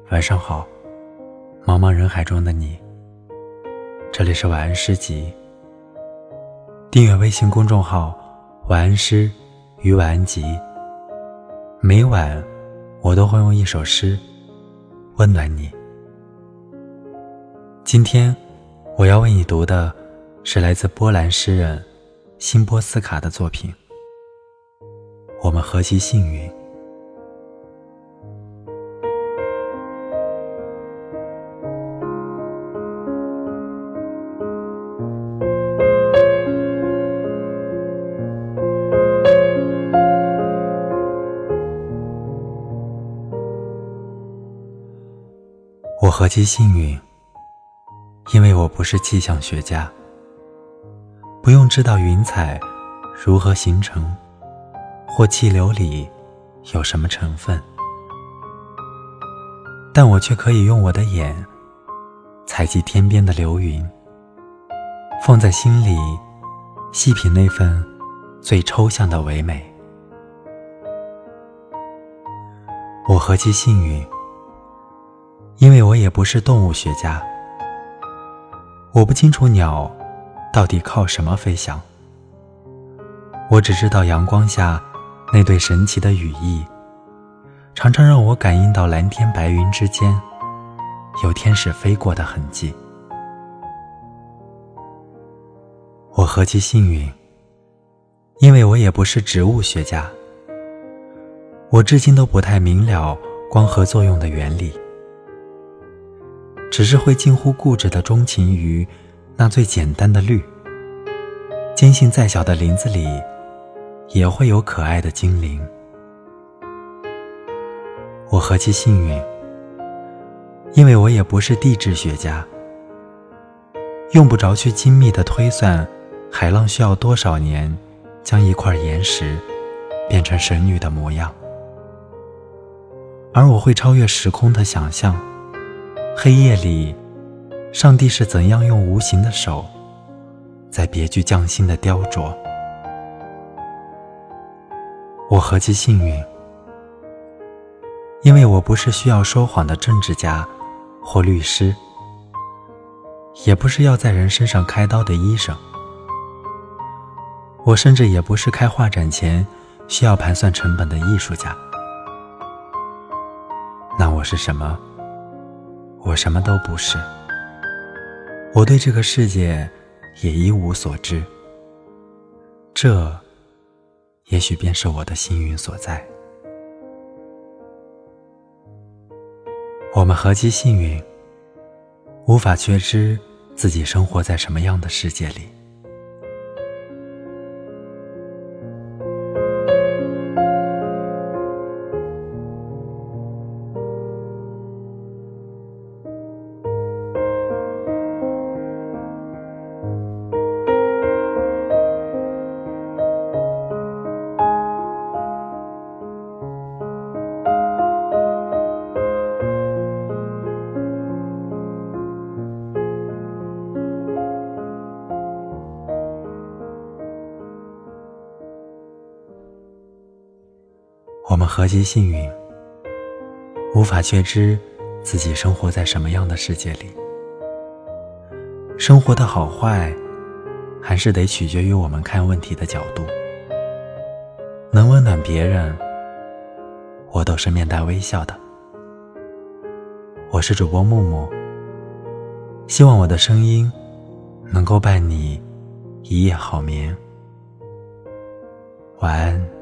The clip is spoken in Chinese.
晚上好，茫茫人海中的你。这里是晚安诗集，订阅微信公众号晚安诗与晚安集，每晚我都会用一首诗温暖你。今天我要为你读的是来自波兰诗人辛波斯卡的作品《我们何其幸运》。我何其幸运，因为我不是气象学家，不用知道云彩如何形成，或气流里有什么成分，但我却可以用我的眼采集天边的流云，放在心里细品那份最抽象的唯美。我何其幸运，因为我也不是动物学家，我不清楚鸟到底靠什么飞翔，我只知道阳光下那对神奇的羽翼，常常让我感应到蓝天白云之间有天使飞过的痕迹。我何其幸运，因为我也不是植物学家，我至今都不太明了光合作用的原理，只是会近乎固执地钟情于那最简单的绿，坚信再小的林子里也会有可爱的精灵。我何其幸运，因为我也不是地质学家，用不着去精密地推算海浪需要多少年将一块岩石变成神女的模样，而我会超越时空的想象黑夜里上帝是怎样用无形的手在别具匠心的雕琢。我何其幸运，因为我不是需要说谎的政治家或律师，也不是要在人身上开刀的医生，我甚至也不是开画展前需要盘算成本的艺术家。那我是什么？我什么都不是，我对这个世界也一无所知，这也许便是我的幸运所在。我们何其幸运，无法确知自己生活在什么样的世界里。我们何其幸运，无法确知自己生活在什么样的世界里。生活的好坏还是得取决于我们看问题的角度。能温暖别人，我都是面带微笑的。我是主播木木，希望我的声音能够伴你一夜好眠。晚安。